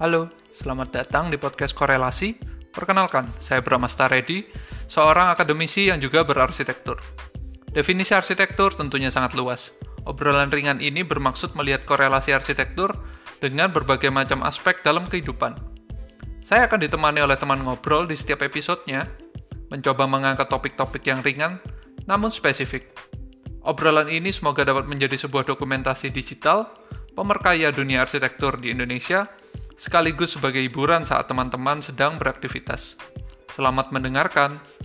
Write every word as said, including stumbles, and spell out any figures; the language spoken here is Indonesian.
Halo, selamat datang di podcast Korelasi. Perkenalkan, saya Bram Astaredi, seorang akademisi yang juga berarsitektur. Definisi arsitektur tentunya sangat luas. Obrolan ringan ini bermaksud melihat korelasi arsitektur dengan berbagai macam aspek dalam kehidupan. Saya akan ditemani oleh teman ngobrol di setiap episodenya, mencoba mengangkat topik-topik yang ringan, namun spesifik. Obrolan ini semoga dapat menjadi sebuah dokumentasi digital, pemerkaya dunia arsitektur di Indonesia, sekaligus sebagai hiburan saat teman-teman sedang beraktivitas. Selamat mendengarkan.